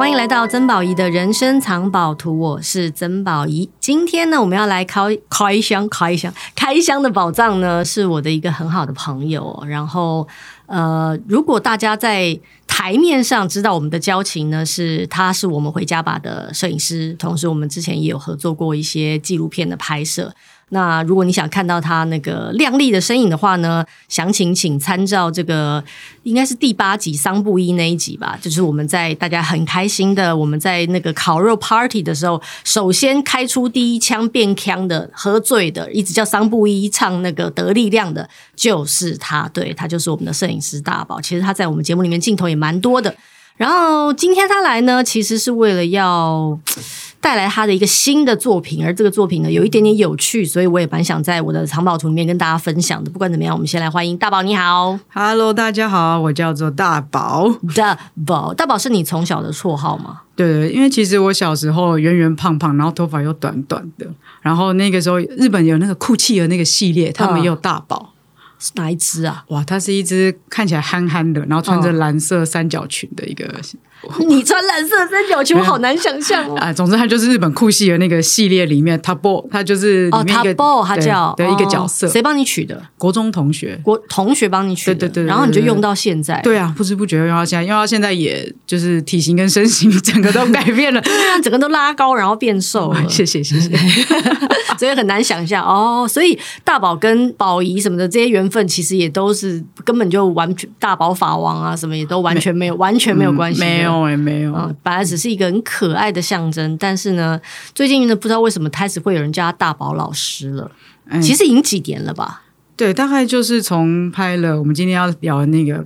欢迎来到曾宝仪的人生藏宝图，我是曾宝仪。今天呢，我们要来开箱的宝藏呢，是我的一个很好的朋友。然后如果大家在台面上知道我们的交情呢，他是我们回家吧的摄影师，同时我们之前也有合作过一些纪录片的拍摄。那如果你想看到他那个亮丽的身影的话呢，详情请参照这个应该是第8集桑布伊那一集吧，就是我们在大家很开心的我们在那个烤肉 party 的时候，首先开出第一枪变枪的喝醉的一直叫桑布伊唱那个得力量的就是他，对，他就是我们的摄影师大宝。其实他在我们节目里面镜头也蛮多的。然后今天他来呢，其实是为了要带来他的一个新的作品，而这个作品呢有一点点有趣，所以我也蛮想在我的藏宝图里面跟大家分享的。不管怎么样，我们先来欢迎大宝。你好。 Hello， 大家好，我叫做大宝。 大宝是你从小的绰号吗？ 对，因为其实我小时候圆圆胖胖，然后头发又短短的，然后那个时候日本有那个酷企鹅那个系列，他们也有大宝。 是哪一只啊？ 哇，它是一只看起来憨憨的，然后穿着蓝色三角裙的一个。 你穿蓝色三角裙，我好难想象哦。 总之它就是日本酷系的那个系列里面 Tabo， 它就是里面一个 Tabo， 它叫对一个角色。 谁帮你取的？ 国中同学， 同学帮你取的。 对， 然后你就用到现在。 对啊，不知不觉用到现在，用到现在也就是体型跟身形整个都改变了。 对啊，整个都拉高，然后变瘦了。 谢谢。 所以很难想象哦。所以大宝跟宝仪什么的这些缘分，其实也都是根本就完全大宝法王啊，什么也都完全没有关系。 没有。 本来只是一个很可爱的象征，但是呢，最近呢，不知道为什么开始会有人叫他大宝老师了。其实已经几年了吧？ 对，大概就是从拍了我们今天要聊的那个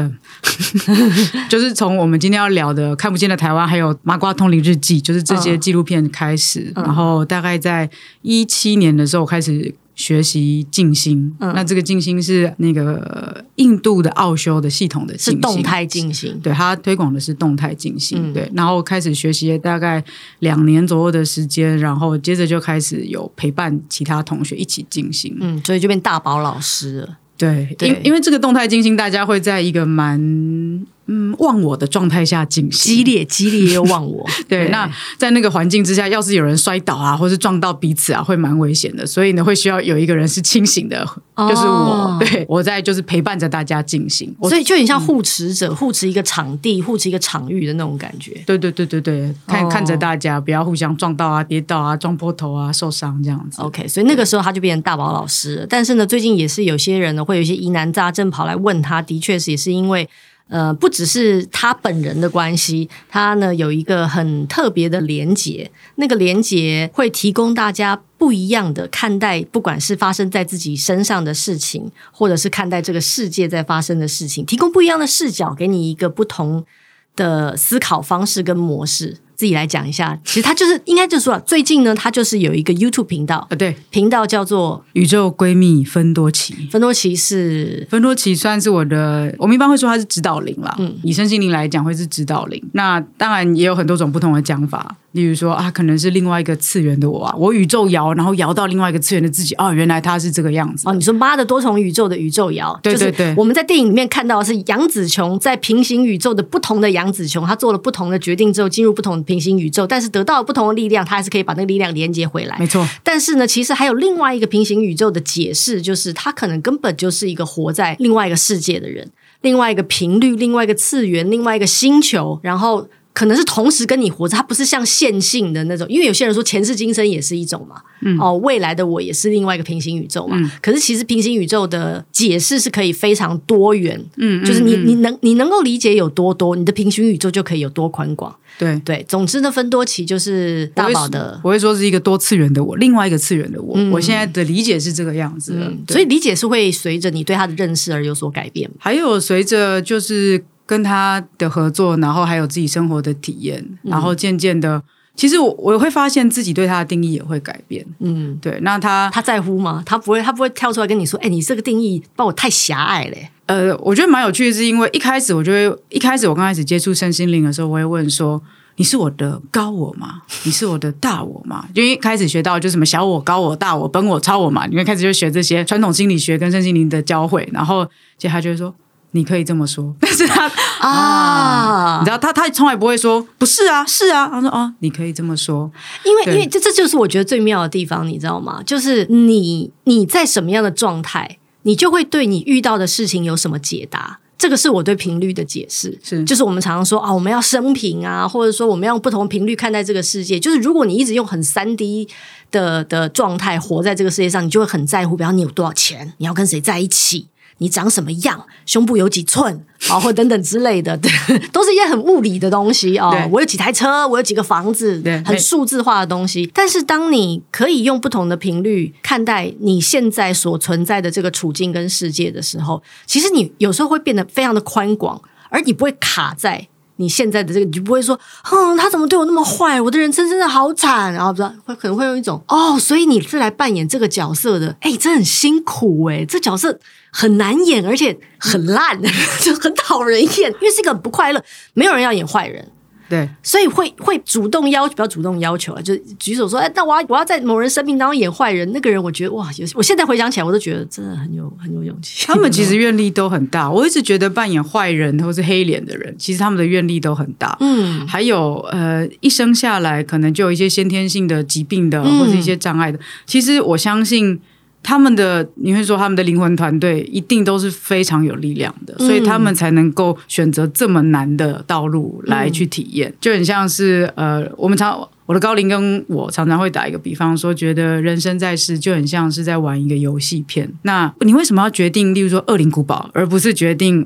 就是从我们今天要聊的看不见的台湾还有麻瓜通灵日记，就是这些纪录片开始。然后大概在2017年的时候开始学习静心。那这个静心是那个印度的奥修的系统的静心，是动态静心。 对，他推广的是动态静心。对，然后开始学习大概2年左右的时间，然后接着就开始有陪伴其他同学一起静心。 所以就变大宝老师了。 对，因为这个动态静心，大家会在一个蛮忘我的状态下进行， 激烈又忘我。 对，那在那个环境之下，要是有人摔倒啊，或是撞到彼此啊，会蛮危险的。所以呢，会需要有一个人是清醒的，就是我。对，我在就是陪伴着大家进行， 所以就很像护持者，护持一个场地，护持一个场域的那种感觉。 对，看着大家不要互相撞到啊、跌倒啊、撞破头啊、受伤这样子。 OK， 所以那个时候他就变成大宝老师了。但是呢，最近也是有些人呢，会有一些疑难杂症跑来问他，的确是也是因为。不只是他本人的关系，他呢有一个很特别的连结，那个连结会提供大家不一样的看待，不管是发生在自己身上的事情，或者是看待这个世界在发生的事情，提供不一样的视角，给你一个不同的思考方式跟模式。自己来讲一下，其实他就是应该就说了，最近呢，他就是有一个 YouTube 频道， 对， 频道叫做宇宙闺蜜芬多奇。 芬多奇算是我们一般会说它是指导灵啦，以身心灵来讲会是指导灵。那当然也有很多种不同的讲法，例如说可能是另外一个次元的我啊，我宇宙摇，然后摇到另外一个次元的自己，原来他是这个样子。 你说妈的多重宇宙的宇宙摇， 对， 就是我们在电影里面看到的是杨紫琼在平行宇宙的不同的杨紫琼，她做了不同的决定之后进入不同的平行宇宙，但是得到了不同的力量，她还是可以把那个力量连接回来。 没错。 但是呢，其实还有另外一个平行宇宙的解释，就是她可能根本就是一个活在另外一个世界的人，另外一个频率，另外一个次元，另外一个星球，然后可能是同时跟你活着，它不是像线性的那种，因为有些人说前世今生也是一种嘛，未来的我也是另外一个平行宇宙嘛，可是其实平行宇宙的解释是可以非常多元，就是你能够理解有多多，你的平行宇宙就可以有多宽广。对，总之呢，芬多奇就是大宝的， 我会说是一个多次元的我，另外一个次元的我，我现在的理解是这个样子的， 所以理解是会随着你对他的认识而有所改变， 还有随着就是跟他的合作，然后还有自己生活的体验，然后渐渐的，其实我会发现自己对他的定义也会改变。对，那他在乎吗？他不会跳出来跟你说，你这个定义把我太狭隘了。 我觉得蛮有趣的是，因为一开始我刚开始接触身心灵的时候，我会问说，你是我的高我吗？你是我的大我吗？因为一开始学到就什么小我、高我、大我、本我、超我嘛，你会开始就学这些传统心理学跟身心灵的交汇，然后接着他就会说， 你可以这么说，但是他啊， 你知道他从来不会说不是啊，是啊，他说啊，你可以这么说， 因为这就是我觉得最妙的地方，你知道吗？就是你在什么样的状态，你就会对你遇到的事情有什么解答。这个是我对频率的解释，就是我们常常说啊，我们要升频啊，或者说我们要用不同频率看待这个世界。就是如果你一直用很3D 的状态活在这个世界上，你就会很在乎，比方你有多少钱，你要跟谁在一起，你长什么样，胸部有几寸啊，或等等之类的，都是一些很物理的东西啊。我有几台车，我有几个房子，很数字化的东西。但是当你可以用不同的频率看待你现在所存在的这个处境跟世界的时候，其实你有时候会变得非常的宽广，而你不会卡在你现在的这个，你就不会说，他怎么对我那么坏？我的人生真的好惨，然后不知道可能会有一种所以你是来扮演这个角色的，这很辛苦这角色很难演，而且很烂，就很讨人厌，因为是一个不快乐，没有人要演坏人。 对， 所以会主动要求，不要主动要求啊，就举手说，那我要在某人生命当中演坏人，那个人我觉得哇，我现在回想起来，我都觉得真的很有勇气。 他们其实愿力都很大，我一直觉得扮演坏人或是黑脸的人，其实他们的愿力都很大。还有一生下来可能就有一些先天性的疾病的，或者一些障碍的。其实我相信。你会说他们的灵魂团队一定都是非常有力量的，所以他们才能够选择这么难的道路来去体验，就很像是我的高龄跟我常常会打一个比方说，觉得人生在世就很像是在玩一个游戏片。那你为什么要决定，例如说恶灵古堡，而不是决定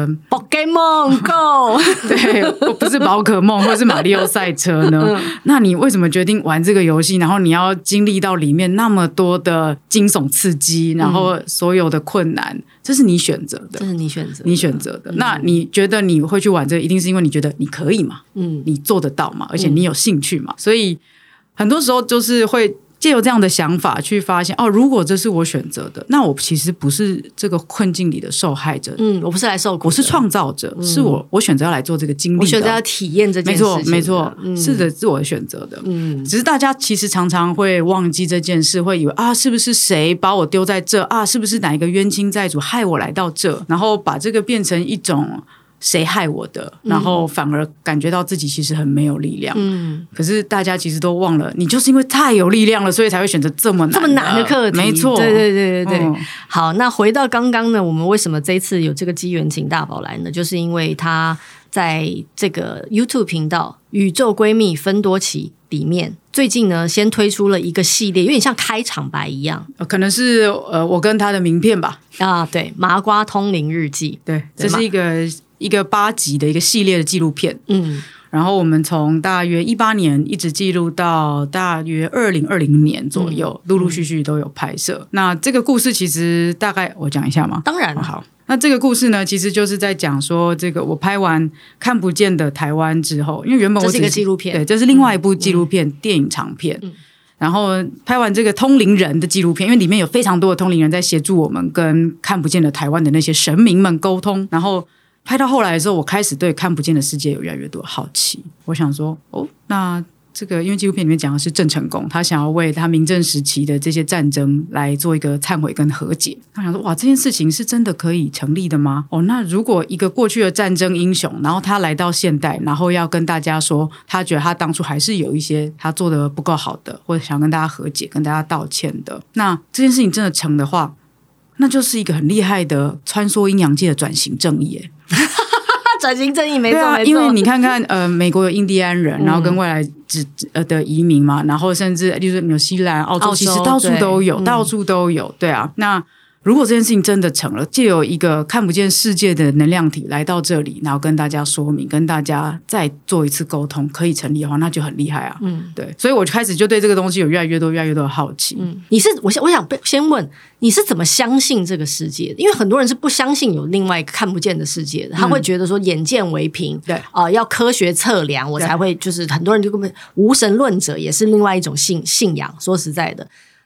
Pokemon Go 对，不是宝可梦或是马里奥赛车呢？那你为什么决定玩这个游戏？然后你要经历到里面那么多的惊悚刺激，然后所有的困难，这是你选择的， 这是你选择的。 那你觉得你会去玩这个，一定是因为你觉得你可以嘛？你做得到嘛？而且你有兴趣嘛？所以很多时候就是会藉由这样的想法去发现，如果这是我选择的，那我其实不是这个困境里的受害者， 我不是来受苦的， 我是创造者，是我选择要来做这个经历的， 我选择要体验这件事情的， 没错，是的，是我选择的。只是大家其实常常会忘记这件事，会以为是不是谁把我丢在这是不是哪一个冤亲债主害我来到这，然后把这个变成一种谁害我的，然后反而感觉到自己其实很没有力量。可是大家其实都忘了，你就是因为太有力量了，所以才会选择这么难的课题。没错， 对。好，那回到刚刚呢，我们为什么这一次有这个机缘请大宝来呢？就是因为他在这个 YouTube 频道宇宙闺蜜芬多奇里面，最近呢先推出了一个系列，有点像开场白一样， 可能是我跟他的名片吧。 对，麻瓜通灵日记， 对，这是一个8集的一个系列的纪录片。然后我们从大约18年一直记录到大约2020年左右，陆陆续续都有拍摄。那这个故事其实大概我讲一下吗？ 当然。 好，那这个故事呢，其实就是在讲说，这个我拍完看不见的台湾之后，因为原本这是一个纪录片， 对，这是另外一部纪录片，电影长片。然后拍完这个通灵人的纪录片，因为里面有非常多的通灵人在协助我们跟看不见的台湾的那些神明们沟通，然后拍到后来的时候，我开始对看不见的世界有越来越多好奇。我想说，那这个因为纪录片里面讲的是郑成功，他想要为他明郑时期的这些战争来做一个忏悔跟和解。他想说，哇，这件事情是真的可以成立的吗？那如果一个过去的战争英雄，然后他来到现代，然后要跟大家说，他觉得他当初还是有一些他做的不够好的，或者想跟大家和解、跟大家道歉的，那这件事情真的成的话，那就是一个很厉害的穿梭阴阳界的转型正义耶。 转型正义没错， 对啊，因为你看看美国有印第安人，然后跟外来的移民嘛，然后甚至例如纽西兰、澳洲，其实到处都有，到处都有。对啊，那如果这件事情真的成了，藉由一个看不见世界的能量体来到这里，然后跟大家说明，跟大家再做一次沟通，可以成立的话，那就很厉害啊。对，所以我开始就对这个东西有越来越多的好奇。 我想先问，你是怎么相信这个世界的？因为很多人是不相信有另外一个看不见的世界的，他会觉得说眼见为凭，对要科学测量，我才会，就是很多人就根本无神论者也是另外一种信仰。说实在的。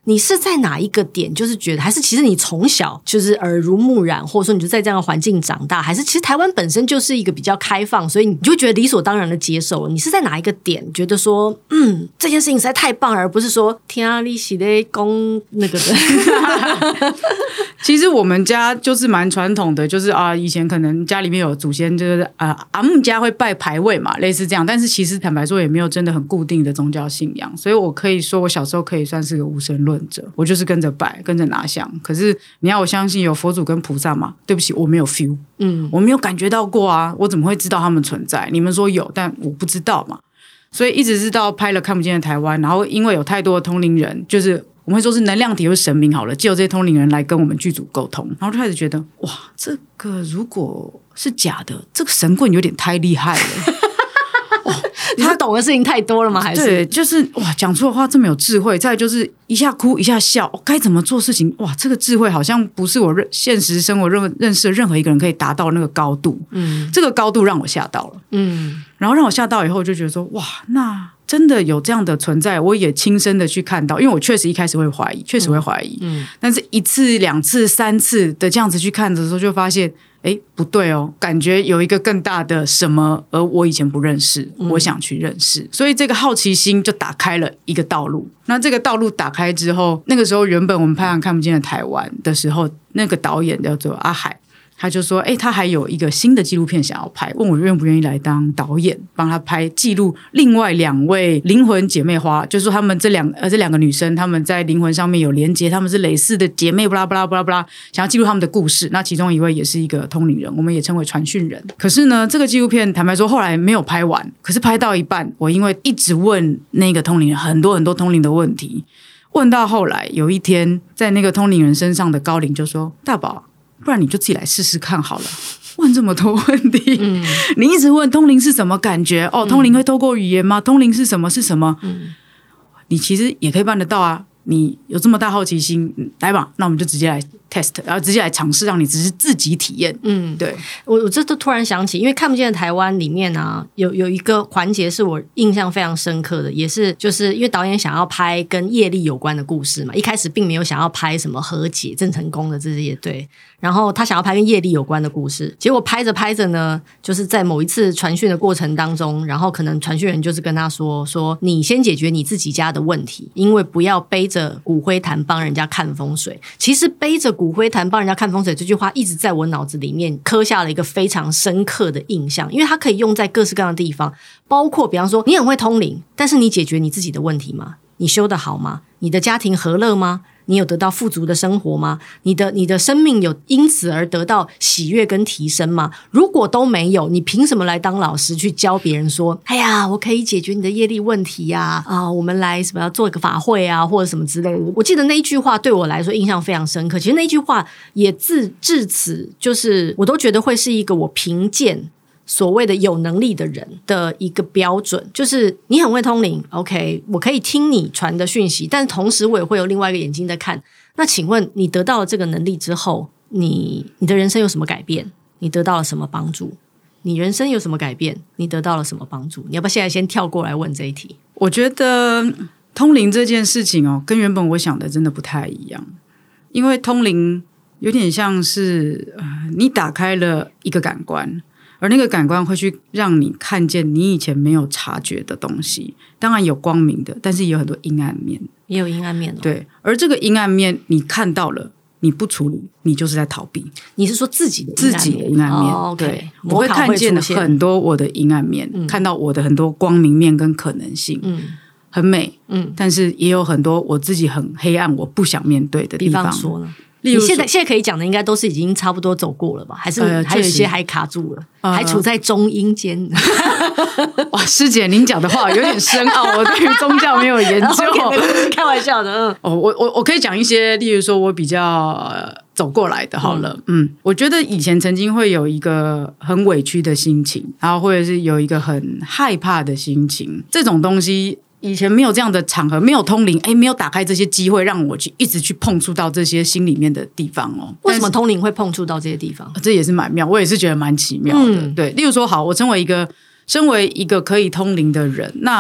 你是在哪一个点就是觉得，还是其实你从小就是耳濡目染，或者说你就在这样的环境长大，还是其实台湾本身就是一个比较开放，所以你就觉得理所当然的接受了？你是在哪一个点觉得说这件事情实在太棒了，而不是说天啊你是在讲那个的其实我们家就是蛮传统的，就是以前可能家里面有祖先，就是阿姆家会拜牌位嘛，类似这样。但是其实坦白说也没有真的很固定的宗教信仰，所以我可以说我小时候可以算是个无神论者，我就是跟着拜，跟着拿香。可是你要我相信有佛祖跟菩萨嘛？对不起，我没有 feel，我没有感觉到过啊，我怎么会知道他们存在？你们说有，但我不知道嘛。所以一直是到拍了看不见的台湾，然后因为有太多的通灵人，就是我们会说是能量体或神明好了，藉由这些通灵人来跟我们剧组沟通，然后就开始觉得哇，这个如果是假的，这个神棍有点太厉害了。 他懂的事情太多了吗？还是对，就是哇，讲出的话这么有智慧，再来就是一下哭一下笑，该怎么做事情？哇，这个智慧好像不是我现实生活认识的任何一个人可以达到那个高度。这个高度让我吓到了。然后让我吓到以后就觉得说，哇，那真的有这样的存在，我也亲身的去看到，因为我确实一开始会怀疑，确实会怀疑。但是1次、2次、3次的这样子去看的时候，就发现。不对哦，感觉有一个更大的什么，而我以前不认识，我想去认识，所以这个好奇心就打开了一个道路。那这个道路打开之后，那个时候原本我们拍完看不见的台湾的时候，那个导演叫做阿海，他就说他还有一个新的纪录片想要拍，问我愿不愿意来当导演，帮他拍记录另外2位灵魂姐妹花，就是说他们这两个女生，他们在灵魂上面有连接，他们是类似的姐妹，巴拉巴拉巴拉巴拉，想要记录他们的故事。那其中一位也是一个通灵人，我们也称为传讯人。可是呢，这个纪录片坦白说后来没有拍完，可是拍到一半，我因为一直问那个通灵人很多很多通灵的问题，问到后来有一天，在那个通灵人身上的高灵就说：“大宝，不然你就自己来试试看好了，问这么多问题，你一直问通灵是什么感觉？通灵会透过语言吗？通灵是什么？是什么？你其实也可以办得到啊！你有这么大好奇心，来吧，那我们就直接来 test， 然后直接来尝试，让你只是自己体验。对， 我这都突然想起，因为看不见的台湾里面啊，有一个环节是我印象非常深刻的，也是就是因为导演想要拍跟业力有关的故事嘛，一开始并没有想要拍什么和解、郑成功的这些，对，然后他想要拍跟业力有关的故事，结果拍着拍着呢，就是在某一次传讯的过程当中，然后可能传讯人就是跟他说你先解决你自己家的问题，因为不要背着骨灰坛帮人家看风水。其实背着骨灰坛帮人家看风水这句话一直在我脑子里面刻下了一个非常深刻的印象，因为它可以用在各式各样的地方，包括比方说你很会通灵，但是你解决你自己的问题吗？你修得好吗？你的家庭和乐吗？你有得到富足的生活吗？你的生命有因此而得到喜悦跟提升吗？如果都没有，你凭什么来当老师去教别人说，哎呀，我可以解决你的业力问题啊，我们来什么要做一个法会啊，或者什么之类的。我记得那一句话对我来说印象非常深刻，其实那一句话也至此就是我都觉得会是一个我评鉴所谓的有能力的人的一个标准，就是你很会通灵 OK， 我可以听你传的讯息，但同时我也会有另外一个眼睛在看。那请问你得到了这个能力之后，你的人生有什么改变？你得到了什么帮助？你人生有什么改变？你得到了什么帮助？你要不要现在先跳过来问这一题？ 我觉得通灵这件事情跟原本我想的真的不太一样，因为通灵有点像是你打开了一个感官，而那个感官会去让你看见你以前没有察觉的东西，当然有光明的，但是也有很多阴暗面， 也有阴暗面对，而这个阴暗面你看到了，你不处理，你就是在逃避。 你是说自己的阴暗面 OK， 对，我会看见很多我的阴暗面，看到我的很多光明面跟可能性，很美，但是也有很多我自己很黑暗，我不想面对的地方。 比方说呢？你现在可以讲的应该都是已经差不多走过了吧？还是还有一些还卡住了，还处在中阴间？ 哇，师姐您讲的话有点深奥，我对于宗教没有研究， 开玩笑的。 我可以讲一些，例如说我比较走过来的好了。我觉得以前曾经会有一个很委屈的心情，然后或者是有一个很害怕的心情，这种东西。以前没有这样的场合，没有通灵，没有打开这些机会让我一直去碰触到这些心里面的地方哦。 为什么通灵会碰触到这些地方？ 这也是蛮妙，我也是觉得蛮奇妙的。对，例如说，好，我身为一个可以通灵的人，那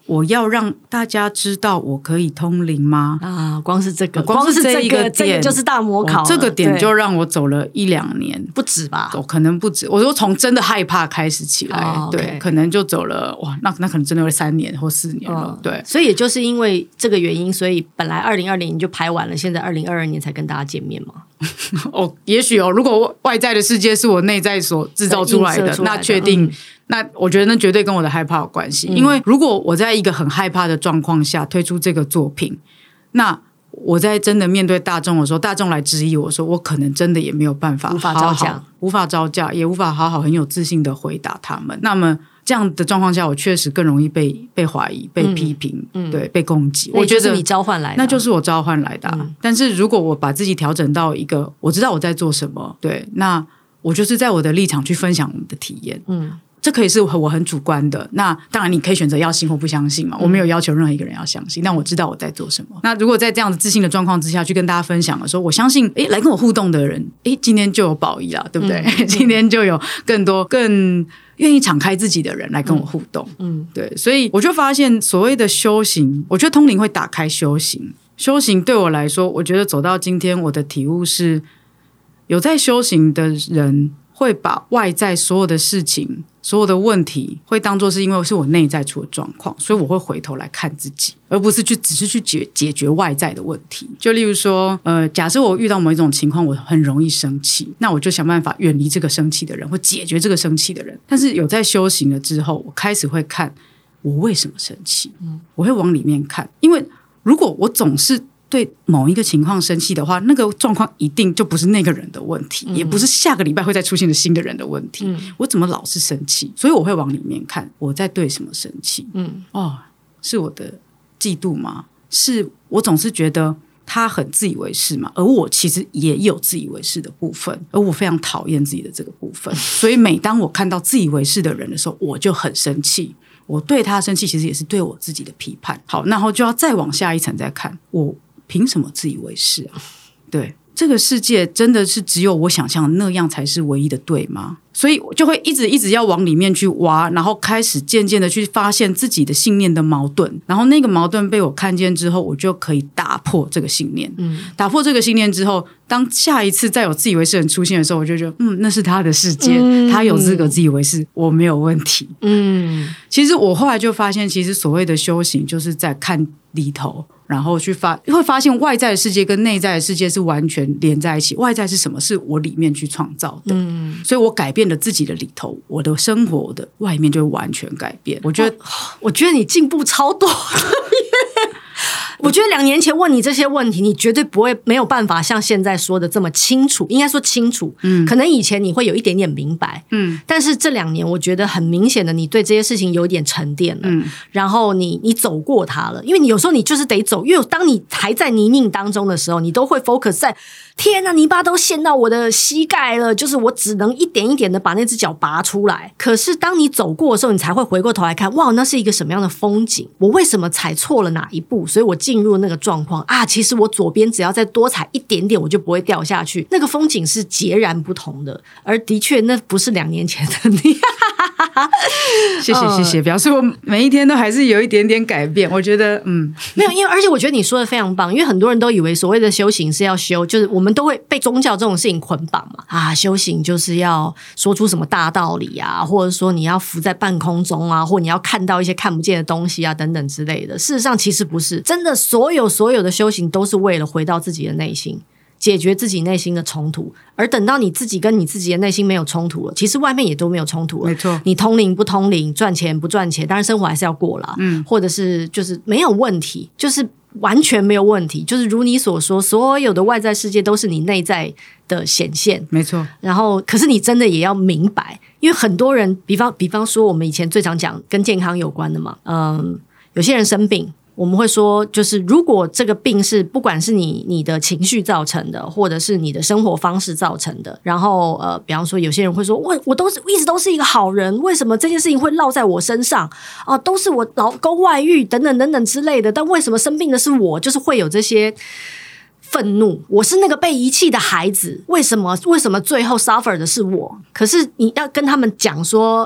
我要让大家知道我可以通灵吗？ 光是这个这一个点， 这个就是大魔考了， 这个点就让我走了1-2年， 不止吧？ 可能不止。我说从真的害怕开始起来，对，可能就走了那可能真的会3年或4年了，对。 所以也就是因为这个原因，所以本来2020年就拍完了，现在2022年才跟大家见面嘛。 也许如果外在的世界是我内在所制造出来的，那确定。那我觉得那绝对跟我的害怕有关系，因为如果我在一个很害怕的状况下推出这个作品，那我在真的面对大众的时候，大众来质疑我说，我可能真的也没有办法无法招架，也无法好好很有自信的回答他们。那么这样的状况下，我确实更容易被怀疑、被批评，对，被攻击。我觉得你召唤来的， 那就是我召唤来的。但是如果我把自己调整到一个我知道我在做什么，对，那我就是在我的立场去分享我的体验，这可以是我很主观的，那当然你可以选择要信或不相信嘛，我没有要求任何一个人要相信，但我知道我在做什么。那如果在这样的自信的状况之下去跟大家分享的时候，我相信来跟我互动的人今天就有宝仪啦，对不对？今天就有更愿意敞开自己的人来跟我互动，对，所以我就发现所谓的修行，我觉得通灵会打开修行对我来说，我觉得走到今天我的体悟是，有在修行的人会把外在所有的事情、所有的问题会当作是因为是我内在出的状况，所以我会回头来看自己，而不是只是去解决外在的问题。就例如说假设我遇到某一种情况我很容易生气，那我就想办法远离这个生气的人或解决这个生气的人。但是有在修行了之后，我开始会看我为什么生气，我会往里面看，因为如果我总是对某一个情况生气的话，那个状况一定就不是那个人的问题，也不是下个礼拜会再出现的新的人的问题，我怎么老是生气？所以我会往里面看，我在对什么生气？是我的嫉妒吗？是我总是觉得他很自以为是嘛，而我其实也有自以为是的部分，而我非常讨厌自己的这个部分，所以每当我看到自以为是的人的时候，我就很生气。我对他生气其实也是对我自己的批判。好，然后就要再往下一层再看，我凭什么自以为是啊？对，这个世界真的是只有我想象的那样才是唯一的对吗？所以我就会一直要往里面去挖，然后开始渐渐的去发现自己的信念的矛盾，然后那个矛盾被我看见之后，我就可以打破这个信念。打破这个信念之后，当下一次再有自以为是人出现的时候，我就觉得那是他的世界，他有资格自以为是，我没有问题。其实我后来就发现，其实所谓的修行就是在看里头，然后会发现外在的世界跟内在的世界是完全连在一起。外在是什么？是我里面去创造的。所以我改变了自己的里头，我的生活的外面就会完全改变。我觉得你进步超多。我觉得2年前问你这些问题，你绝对没有办法像现在说的这么清楚，应该说清楚。可能以前你会有一点点明白，但是这2年我觉得很明显的，你对这些事情有一点沉淀了，然后你走过它了。因为你有时候你就是得走，因为当你还在泥泞当中的时候，你都会 focus 在天啊，泥巴都陷到我的膝盖了，就是我只能一点一点的把那只脚拔出来。可是当你走过的时候，你才会回过头来看，哇，那是一个什么样的风景？我为什么踩错了哪一步？所以我进入那个状况啊，其实我左边只要再多踩一点点，我就不会掉下去。那个风景是截然不同的，而的确那不是2年前的你。 谢谢，表示我每一天都还是有一点点改变。我觉得没有，因为而且我觉得你说的非常棒，因为很多人都以为所谓的修行是要修，就是我们都会被宗教这种事情捆绑嘛。修行就是要说出什么大道理啊，或者说你要浮在半空中啊，或你要看到一些看不见的东西啊等等之类的。事实上其实不是，真的所有的修行都是为了回到自己的内心，解决自己内心的冲突。而等到你自己跟你自己的内心没有冲突了，其实外面也都没有冲突了。 没错， 你通灵不通灵，赚钱不赚钱，当然生活还是要过啦，或者是就是没有问题，就是完全没有问题，就是如你所说，所有的外在世界都是你内在的显现。 没错。然后可是你真的也要明白，因为很多人比方说我们以前最常讲跟健康有关的嘛，有些人生病，我们会说，就是如果这个病是不管是你的情绪造成的，或者是你的生活方式造成的，然后比方说有些人会说，我一直都是一个好人，为什么这件事情会落在我身上啊？都是我老公外遇等等等等之类的，但为什么生病的是我？就是会有这些愤怒，我是那个被遗弃的孩子，为什么最后 suffer 的是我？可是你要跟他们讲说，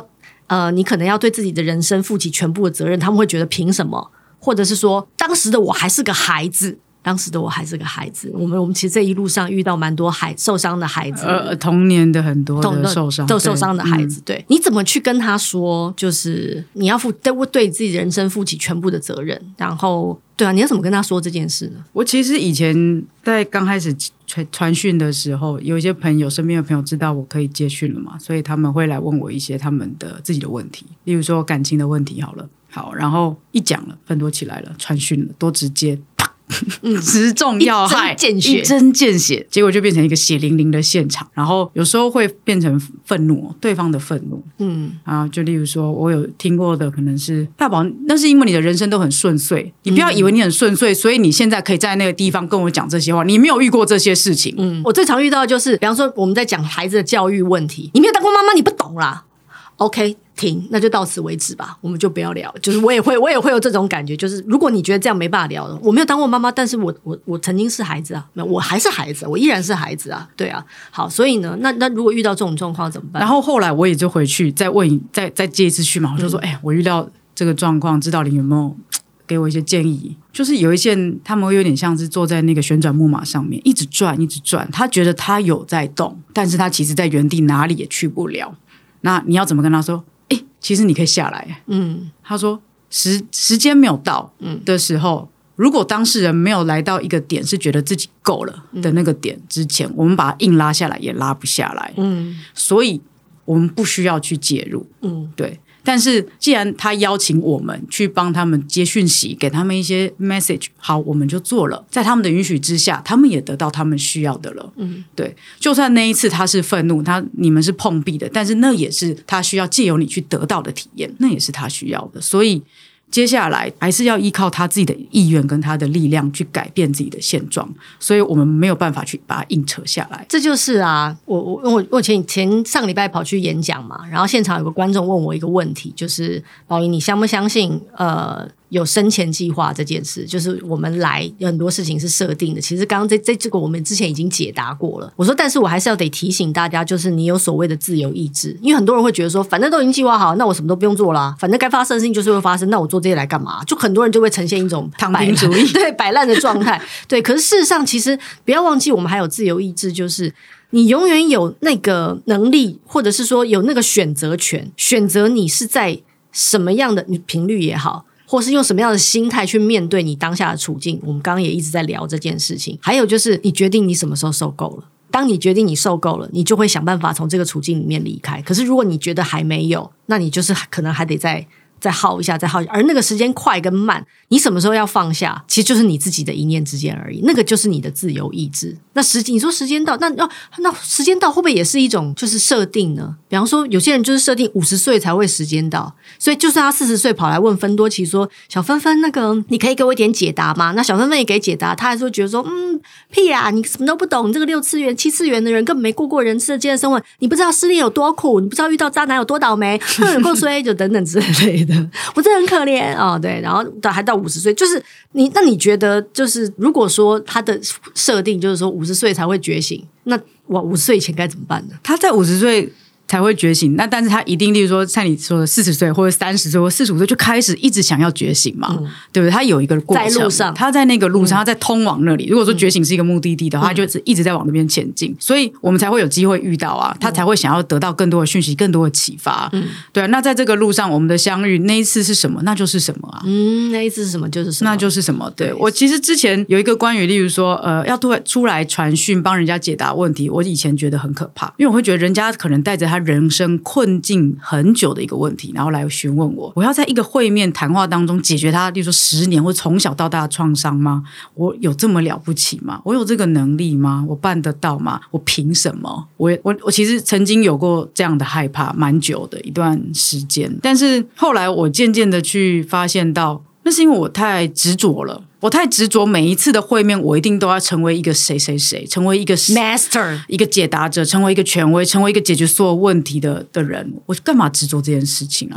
你可能要对自己的人生负起全部的责任，他们会觉得凭什么？或者是说当时的我还是个孩子。我们其实这一路上遇到蛮多受伤的孩子， 童年的很多的受伤的孩子，对，你怎么去跟他说？就是你要对自己人生负起全部的责任，然后对啊，你要怎么跟他说这件事呢？ 我其实以前在刚开始传讯的时候，有一些身边的朋友知道我可以接讯了嘛，所以他们会来问我一些他们的自己的问题，例如说感情的问题好，然后一讲了，分多起来了，传讯了，多直接。直中要害，一针见血，结果就变成一个血淋淋的现场。然后有时候会变成愤怒，对方的愤怒。就例如说，我有听过的可能是大宝，那是因为你的人生都很顺遂，你不要以为你很顺遂，所以你现在可以在那个地方跟我讲这些话，你没有遇过这些事情。 我最常遇到的就是，比方说我们在讲孩子的教育问题，你没有当过妈妈，你不懂啦。OK， 停，那就到此为止吧，我们就不要聊。就是我也会有这种感觉，就是如果你觉得这样没办法聊了，我没有当过妈妈，但是我曾经是孩子啊，我还是孩子，我依然是孩子啊，对啊。好，所以呢，那如果遇到这种状况怎么办？ 然后后来我也就回去再问，再接一次去嘛，我就说，我遇到这个状况，知道你有没有给我一些建议？就是有一些人，他们会有点像是坐在那个旋转木马上面，一直转，他觉得他有在动，但是他其实在原地哪里也去不了。那你要怎么跟他说？其实你可以下来。他说时间没有到的时候，如果当事人没有来到一个点是觉得自己够了的那个点之前，我们把他硬拉下来也拉不下来。所以我们不需要去介入。对。但是既然他邀请我们去帮他们接讯息，给他们一些 message， 好，我们就做了，在他们的允许之下，他们也得到他们需要的了。对，就算那一次他是愤怒，你们是碰壁的，但是那也是他需要借由你去得到的体验，那也是他需要的。所以接下来还是要依靠他自己的意愿跟他的力量去改变自己的现状，所以我们没有办法去把它硬扯下来。 这就是啊，我前上个礼拜跑去演讲嘛，然后现场有个观众问我一个问题，就是宝仪，你相不相信有生前计划这件事？就是我们来有很多事情是设定的，其实刚刚这个我们之前已经解答过了。我说，但是我还是要得提醒大家，就是你有所谓的自由意志，因为很多人会觉得说，反正都已经计划好，那我什么都不用做啦，反正该发生的事情就是会发生，那我做这些来干嘛？就很多人就会呈现一种躺平主义， 对，摆烂的状态。对，可是事实上，其实不要忘记，我们还有自由意志，就是你永远有那个能力，或者是说有那个选择权，选择你是在什么样的频率也好，或是用什么样的心态去面对你当下的处境。我们刚刚也一直在聊这件事情。还有就是你决定你什么时候受够了，当你决定你受够了，你就会想办法从这个处境里面离开。可是如果你觉得还没有，那你就是可能还得再耗一下，而那个时间快跟慢，你什么时候要放下，其实就是你自己的一念之间而已，那个就是你的自由意志。那你说时间到，那时间到会不会也是一种就是设定呢？比方说有些人就是设定50岁才会时间到，所以就算他40岁跑来问芬多奇说，小芬芬，那个你可以给我一点解答吗？那小芬芬也给解答，他还是会觉得说，屁啊，你什么都不懂，你这个6次元7次元的人根本没过过人世间的生活，你不知道失恋有多苦，你不知道遇到渣男有多倒霉，有够衰，就等等之类的。我真的很可怜哦，对，然后还到50岁，就是那你觉得，就是如果说他的设定就是说50岁才会觉醒，那我50岁以前该怎么办呢？ 他在50岁才会觉醒，那但是他一定，例如说像你说的40岁或者30岁或45岁就开始一直想要觉醒嘛，对不对？他有一个过程， 在路上， 他在那个路上，他在通往那里。如果说觉醒是一个目的地的话，他就一直在往那边前进，所以我们才会有机会遇到啊，他才会想要得到更多的讯息，更多的启发。对啊，那在这个路上我们的相遇，那一次是什么？那就是什么啊？ 那一次是什么就是什么， 那就是什么。对，我其实之前有一个关于例如说要出来传讯帮人家解答问题，我以前觉得很可怕，因为我会觉得人家可能带着他人生困境很久的一个问题，然后来询问我要在一个会面谈话当中解决他，例如说10年或从小到大的创伤吗？我有这么了不起吗？我有这个能力吗？我办得到吗？我凭什么？我其实曾经有过这样的害怕，蛮久的一段时间，但是后来我渐渐的去发现到，那是因为我太执着了。我太执着，每一次的会面我一定都要成为一个谁谁谁，成为一个 master， 一个解答者，成为一个权威，成为一个解决所有问题的人。我干嘛执着这件事情啊？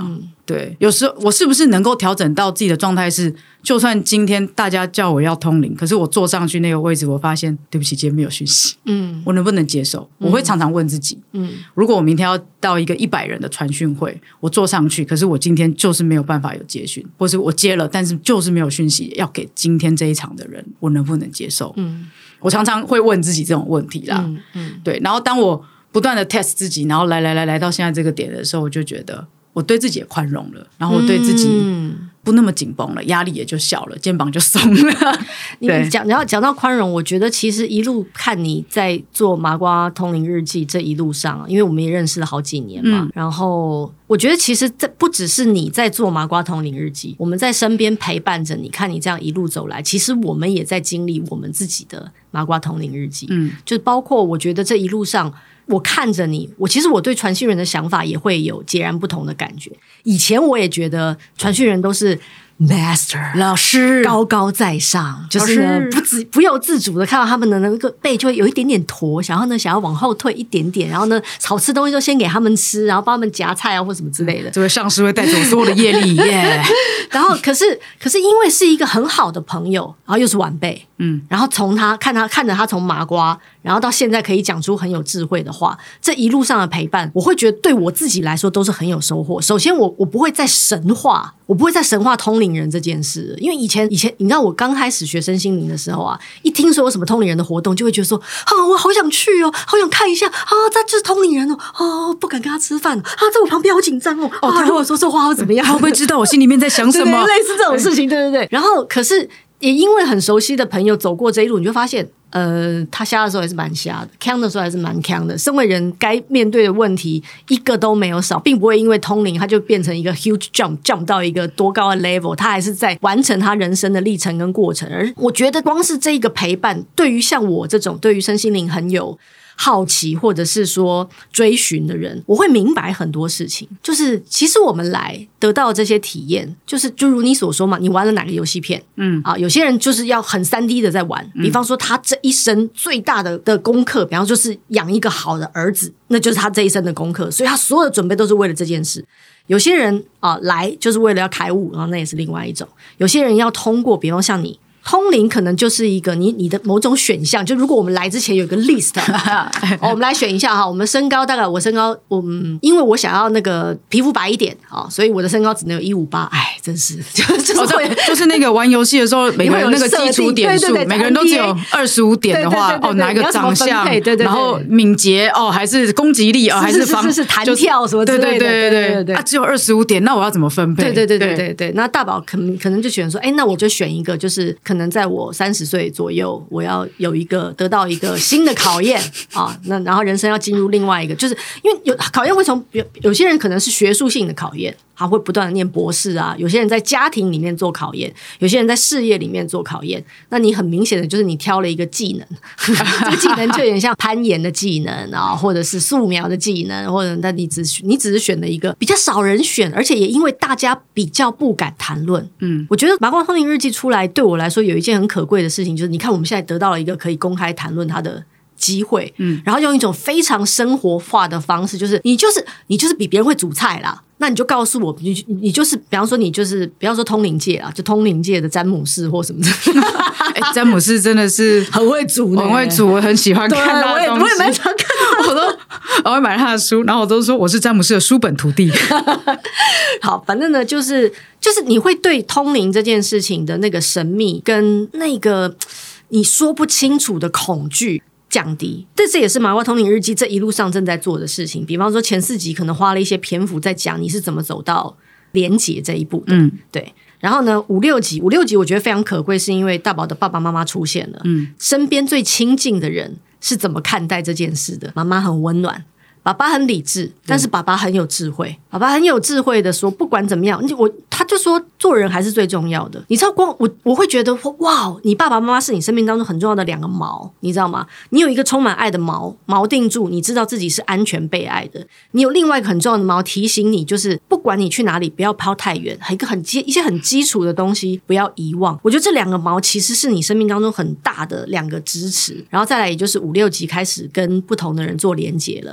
对，有时候我是不是能够调整到自己的状态是，就算今天大家叫我要通灵，可是我坐上去那个位置，我发现对不起，今天没有讯息，我能不能接受？我会常常问自己，如果我明天要到一个100人的传讯会，我坐上去，可是我今天就是没有办法有接讯，或是我接了，但是就是没有讯息要给今天这一场的人，我能不能接受？我常常会问自己这种问题啦，对，然后当我不断的 test 自己，然后来到现在这个点的时候，我就觉得我对自己也宽容了，然后我对自己不那么紧绷了，压力也就小了，肩膀就松了。 你讲到宽容，我觉得其实一路看你在做麻瓜通灵日记这一路上，因为我们也认识了好几年嘛，然后我觉得其实这不只是你在做麻瓜通灵日记，我们在身边陪伴着你，看你这样一路走来，其实我们也在经历我们自己的麻瓜通灵日记，就是包括我觉得这一路上。我看着你，其实我对传讯人的想法也会有截然不同的感觉。以前我也觉得传讯人都是 master 老师高高在上，就是呢不由自主的看到他们的那个背就会有一点点驼，然后呢想要往后退一点点，然后呢好吃东西就先给他们吃，然后帮他们夹菜啊或什么之类的。 这位上司会带走所有的业力耶。 然后可是因为是一个很好的朋友，然后又是晚辈，然后从他看着他从麻瓜，然后到现在可以讲出很有智慧的话，这一路上的陪伴，我会觉得对我自己来说都是很有收获。首先我不会再神化通灵人这件事，因为以前你知道我刚开始学身心灵的时候啊，一听说有什么通灵人的活动，就会觉得说我好想去哦，好想看一下他就是通灵人哦，不敢跟他吃饭在我旁边好紧张他如果说这话会怎么样？ 他会不会知道我心里面在想什么？ 对，类似这种事情，对。然后可是也因为很熟悉的朋友走过这一路，你就发现他瞎的时候还是蛮瞎的，呛的时候还是蛮呛的。身为人该面对的问题一个都没有少，并不会因为通灵他就变成一个 huge jump 到一个多高的 level， 他还是在完成他人生的历程跟过程。而我觉得光是这一个陪伴，对于像我这种对于身心灵很有好奇或者是说追寻的人，我会明白很多事情。就是其实我们来得到这些体验，就如你所说嘛，你玩了哪个游戏片？有些人就是要很 3D 的在玩，比方说他这一生最大的功课，比方说就是养一个好的儿子，那就是他这一生的功课，所以他所有的准备都是为了这件事。有些人来就是为了要开悟，然后那也是另外一种。有些人要通过，比方像你。通灵可能就是一个你的某种选项，就如果我们来之前有一个 list， 我们来选一下哈。我们身高大概我身高，因为我想要那个皮肤白一点所以我的身高只能有158。哎，真是就是那个玩游戏的时候，每个人那个基础点数，每个人都只有25点的话，哪一个长相，然后敏捷还是攻击力还是防是弹跳什么之类的， 对，只有25点，那我要怎么分配？ 对。那大宝可能就选说，那我就选一个，就是可能在我30岁左右，我要得到一个新的考验那然后人生要进入另外一个，就是因为有考验会从有些人可能是学术性的考验，他会不断的念博士有些人在家庭里面做考验，有些人在事业里面做考验。那你很明显的就是你挑了一个技能，这个技能就有点像攀岩的技能或者是素描的技能，或者你只是选了一个比较少人选，而且也因为大家比较不敢谈论。我觉得麻瓜通灵日记出来对我来说有一件很可贵的事情，就是你看我们现在得到了一个可以公开谈论它的机会，然后用一种非常生活化的方式，就是你就是比别人会煮菜啦，那你就告诉我，你就是比方说你就是不要说通灵界啦，就通灵界的詹姆士或什么的。 詹姆士真的是很会煮， 我很喜欢看他的东西， 我也蛮常看到我会买他的书，然后我都说我是詹姆士的书本徒弟。 好，反正呢就是你会对通灵这件事情的那个神秘跟那个你说不清楚的恐惧降低，这也是麻瓜通灵日记这一路上正在做的事情。比方说前4集可能花了一些篇幅在讲你是怎么走到连结这一步的，对。然后呢5、6集我觉得非常可贵，是因为大宝的爸爸妈妈出现了，身边最亲近的人是怎么看待这件事的。妈妈很温暖，爸爸很理智，但是爸爸很有智慧。爸爸很有智慧的说，不管怎么样，他就说做人还是最重要的。你知道，光我会觉得哇，你爸爸妈妈是你生命当中很重要的2个锚，你知道吗？你有一个充满爱的锚定住，你知道自己是安全被爱的。你有另外一个很重要的锚提醒你，就是不管你去哪里，不要抛太远，一些很基础的东西不要遗忘。我觉得这2个锚其实是你生命当中很大的2个支持。然后再来，也就是5、6集开始跟不同的人做连结了，包括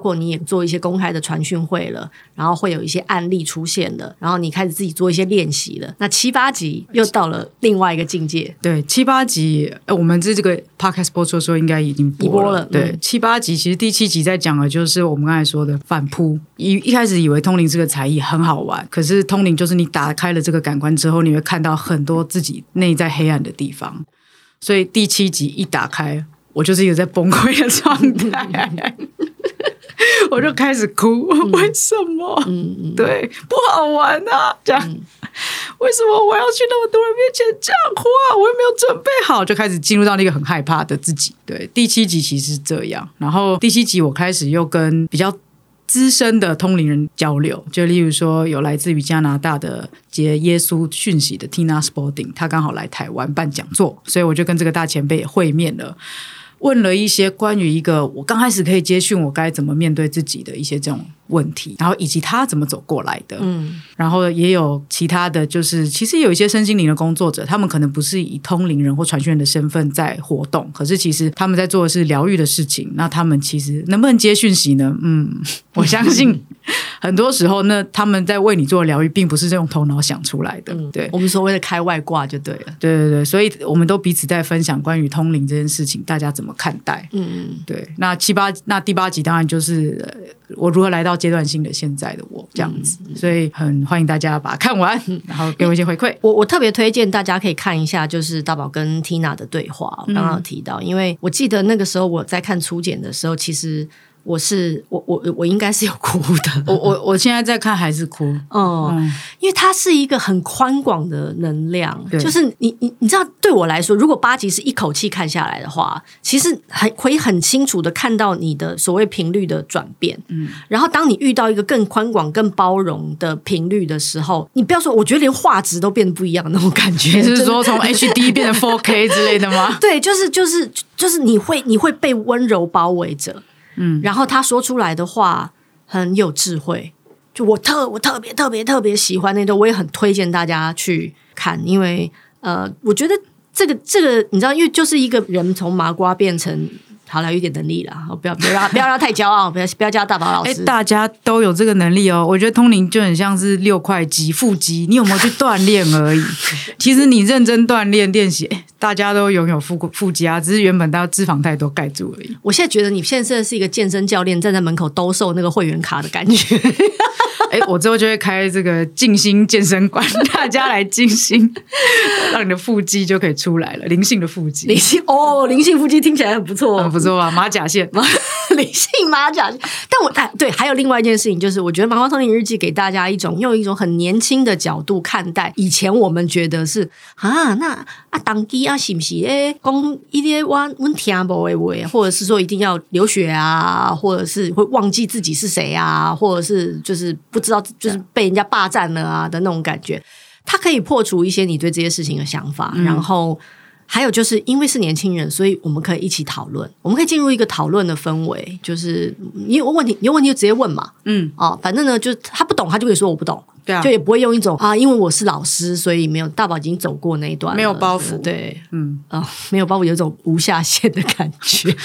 括你也做一些公开的传讯会了，然后会有一些案例出现了，然后你开始自己做一些练习了。那7、8集又到了另外一个境界。 对，7、8集，我们这个 podcast 播出的时候应该已经播了。对，7、8集，其实第7集在讲的就是我们刚才说的反扑。一开始以为通灵这个才艺很好玩，可是通灵就是你打开了这个感官之后，你会看到很多自己内在黑暗的地方。所以第7集一打开，我就是一个在崩溃的状态。我就开始哭，为什么？对，不好玩啊！这样，为什么我要去那么多人面前讲话？我又没有准备好，就开始进入到那个很害怕的自己。对，第7集其实是这样，然后第7集我开始又跟比较资深的通灵人交流，就例如说有来自于加拿大的接耶稣讯息的 Tina Spalding， 他刚好来台湾办讲座，所以我就跟这个大前辈也会面了。问了一些关于一个我刚开始可以接讯我该怎么面对自己的一些这种问题，然后以及他怎么走过来的。然后也有其他的就是其实有一些身心灵的工作者，他们可能不是以通灵人或传讯人的身份在活动，可是其实他们在做的是疗愈的事情。那他们其实能不能接讯息呢？我相信很多时候呢，他们在为你做疗愈并不是用头脑想出来的。对， 我们所谓的开外挂就对了。 对对对，所以我们都彼此在分享关于通灵这件事情大家怎么看待。对，那第8集当然就是我如何来到阶段性的现在的我这样子。所以很欢迎大家把它看完，然后给我一些回馈。 我特别推荐大家可以看一下就是大宝跟 Tina 的对话，我刚刚有提到，因为我记得那个时候我在看初剪的时候，其实我应该是有哭的。 我现在在看还是哭。 因为它是一个很宽广的能量，就是你知道，对我来说，如果8集是一口气看下来的话，其实可以很清楚的看到你的所谓频率的转变。然后当你遇到一个更宽广、更包容的频率的时候，你不要说，我觉得连画质都变得不一样的那种感觉。 你是说从 HD 变成 4K 之类的吗？ 对，就是你会被温柔包围着。然后他说出来的话很有智慧，就我特别喜欢那段，我也很推荐大家去看，因为我觉得这个你知道，因为就是一个人从麻瓜变成好了，有点能力了，不要让太骄傲，不要叫大宝老师。 大家都有这个能力哦。我觉得通灵就很像是6块肌、腹肌，你有没有去锻炼而已。其实你认真锻炼练习，大家都拥有腹肌啊，只是原本大家脂肪太多盖住而已。 我现在觉得你现在是一个健身教练，站在门口兜售那个会员卡的感觉。 我之后就会开这个静心健身馆，大家来静心，让你的腹肌就可以出来了，灵性的腹肌。灵性腹肌听起来很不错， 很不错啊，马甲线， 灵性马甲线。但对，还有另外一件事情，就是我觉得《麻瓜通灵日记》给大家用一种很年轻的角度看待以前我们觉得是当机是不是讲一些我听不的话，或者是说一定要流血啊，或者是会忘记自己是谁啊，或者是就是不知道就是被人家霸占了啊的那种感觉，它可以破除一些你对这些事情的想法。然后还有就是因为是年轻人，所以我们可以一起讨论，我们可以进入一个讨论的氛围，就是你有问题就直接问嘛。反正呢，就是他不懂他就可以说我不懂。对啊，就也不会用一种因为我是老师，所以没有，大宝已经走过那一段了， 没有包袱。 对，没有包袱，有一种无下限的感觉。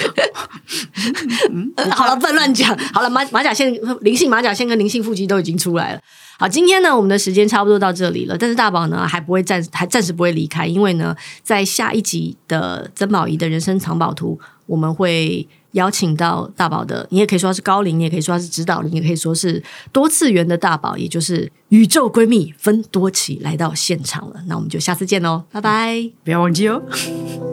好了，不能乱讲。好了，马甲线、灵性马甲线跟灵性腹肌都已经出来了。好，今天呢，我们的时间差不多到这里了，但是大宝呢还暂时不会离开，因为呢，在下一集的曾宝仪的人生藏宝图，我们会邀请到大宝的，你也可以说他是高龄，你也可以说他是指导灵，也可以说是多次元的大宝，也就是宇宙闺蜜芬多奇来到现场了。那我们就下次见喽，拜拜， 不要忘记哦。